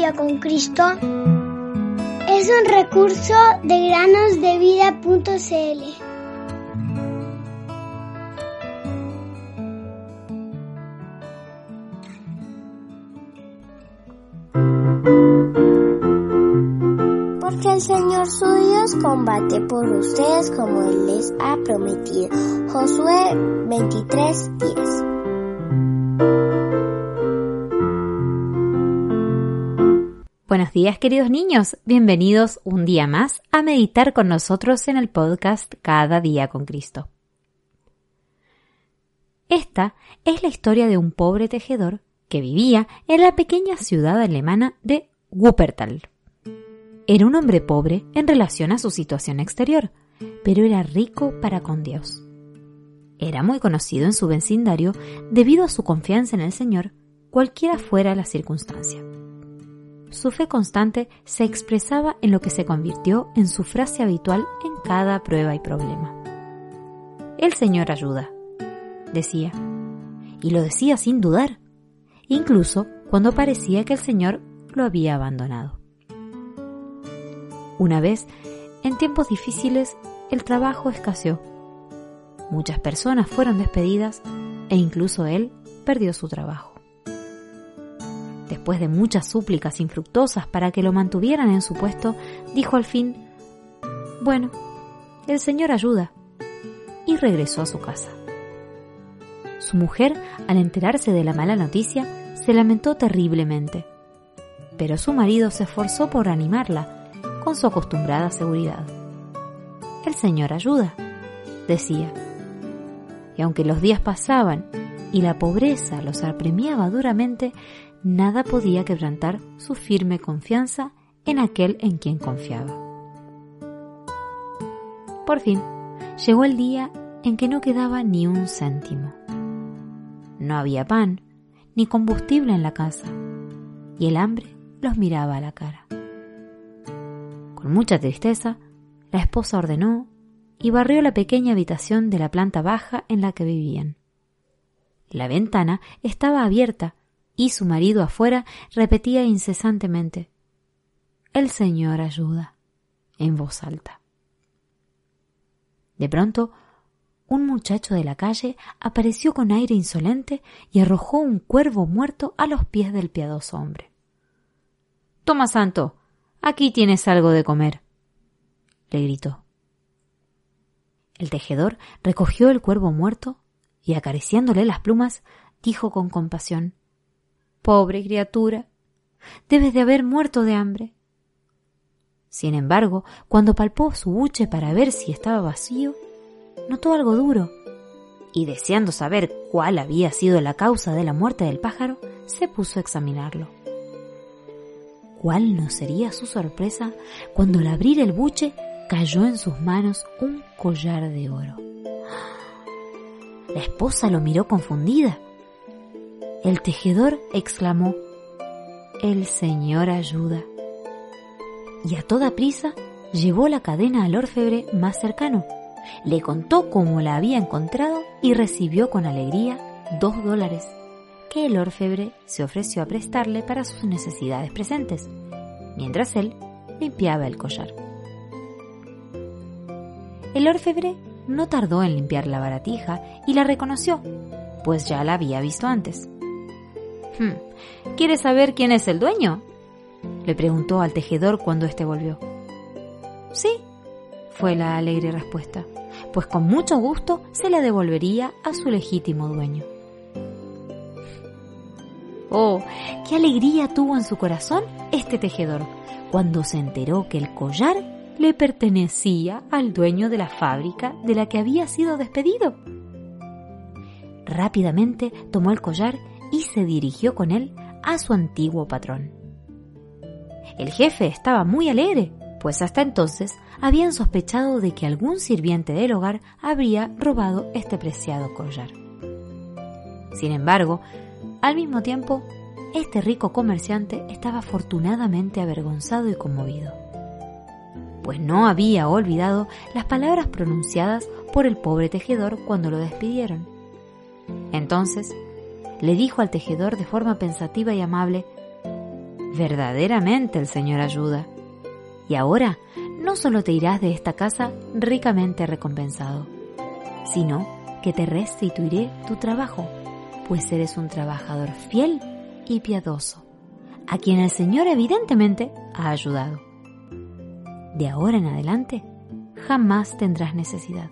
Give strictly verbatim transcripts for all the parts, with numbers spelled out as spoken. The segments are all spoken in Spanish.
día con Cristo es un recurso de granos de vida punto c l. Porque el Señor su Dios combate por ustedes como Él les ha prometido. Josué veintitrés diez. Buenos días, queridos niños. Bienvenidos un día más a meditar con nosotros en el podcast Cada día con Cristo. Esta es la historia de un pobre tejedor que vivía en la pequeña ciudad alemana de Wuppertal. Era un hombre pobre en relación a su situación exterior, pero era rico para con Dios. Era muy conocido en su vecindario debido a su confianza en el Señor, cualquiera fuera la circunstancia. Su fe constante se expresaba en lo que se convirtió en su frase habitual en cada prueba y problema. El Señor ayuda, decía, y lo decía sin dudar, incluso cuando parecía que el Señor lo había abandonado. Una vez, en tiempos difíciles, el trabajo escaseó. Muchas personas fueron despedidas e incluso él perdió su trabajo. Después de muchas súplicas infructuosas para que lo mantuvieran en su puesto, dijo al fin, «Bueno, el Señor ayuda», y regresó a su casa. Su mujer, al enterarse de la mala noticia, se lamentó terriblemente, pero su marido se esforzó por animarla con su acostumbrada seguridad. «El Señor ayuda», decía, y aunque los días pasaban y la pobreza los apremiaba duramente, nada podía quebrantar su firme confianza en aquel en quien confiaba. Por fin, llegó el día en que no quedaba ni un céntimo. No había pan, ni combustible en la casa, y el hambre los miraba a la cara. Con mucha tristeza, la esposa ordenó y barrió la pequeña habitación de la planta baja en la que vivían. La ventana estaba abierta, y su marido afuera repetía incesantemente, «El Señor ayuda», en voz alta. De pronto, un muchacho de la calle apareció con aire insolente y arrojó un cuervo muerto a los pies del piadoso hombre. «Toma, santo, aquí tienes algo de comer», le gritó. El tejedor recogió el cuervo muerto y, acariciándole las plumas, dijo con compasión, «Pobre criatura, debes de haber muerto de hambre». Sin embargo, cuando palpó su buche para ver si estaba vacío, notó algo duro, y deseando saber cuál había sido la causa de la muerte del pájaro, se puso a examinarlo. ¿Cuál no sería su sorpresa cuando al abrir el buche cayó en sus manos un collar de oro? La esposa lo miró confundida. El tejedor exclamó, «El Señor ayuda», y a toda prisa llevó la cadena al orfebre más cercano, le contó cómo la había encontrado y recibió con alegría dos dólares, que el orfebre se ofreció a prestarle para sus necesidades presentes, mientras él limpiaba el collar. El orfebre no tardó en limpiar la baratija y la reconoció, pues ya la había visto antes. «¿Quieres saber quién es el dueño?», le preguntó al tejedor cuando éste volvió. «Sí», fue la alegre respuesta, pues con mucho gusto se la devolvería a su legítimo dueño. Oh, qué alegría tuvo en su corazón este tejedor cuando se enteró que el collar le pertenecía al dueño de la fábrica de la que había sido despedido. Rápidamente tomó el collar y se dirigió con él a su antiguo patrón. El jefe estaba muy alegre, pues hasta entonces habían sospechado de que algún sirviente del hogar habría robado este preciado collar. Sin embargo, al mismo tiempo, este rico comerciante estaba afortunadamente avergonzado y conmovido, pues no había olvidado las palabras pronunciadas por el pobre tejedor cuando lo despidieron. Entonces, le dijo al tejedor de forma pensativa y amable: verdaderamente el Señor ayuda. Y ahora no solo te irás de esta casa ricamente recompensado, sino que te restituiré tu trabajo, pues eres un trabajador fiel y piadoso, a quien el Señor evidentemente ha ayudado. De ahora en adelante, jamás tendrás necesidad.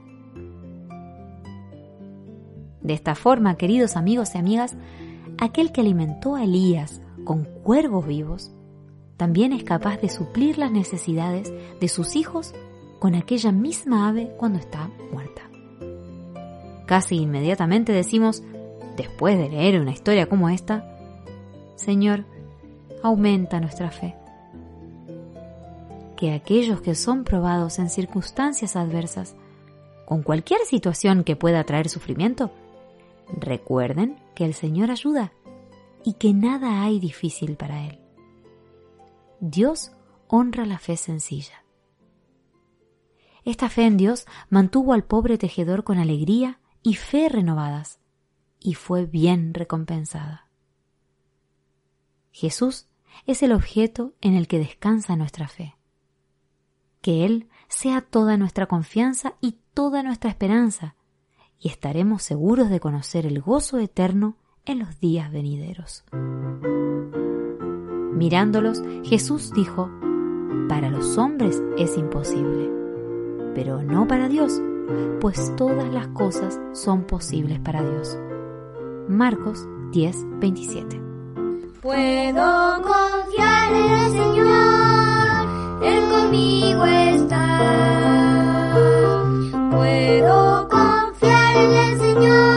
De esta forma, queridos amigos y amigas, aquel que alimentó a Elías con cuervos vivos, también es capaz de suplir las necesidades de sus hijos con aquella misma ave cuando está muerta. Casi inmediatamente decimos, después de leer una historia como esta, Señor, aumenta nuestra fe. Que aquellos que son probados en circunstancias adversas, con cualquier situación que pueda traer sufrimiento, recuerden que el Señor ayuda y que nada hay difícil para Él. Dios honra la fe sencilla. Esta fe en Dios mantuvo al pobre tejedor con alegría y fe renovadas, y fue bien recompensada. Jesús es el objeto en el que descansa nuestra fe. Que Él sea toda nuestra confianza y toda nuestra esperanza, y estaremos seguros de conocer el gozo eterno en los días venideros. Mirándolos, Jesús dijo, para los hombres es imposible, pero no para Dios, pues todas las cosas son posibles para Dios. Marcos diez, veintisiete. Puedo confiar en el Señor, Él conmigo está. Puedo confiar en el Señor.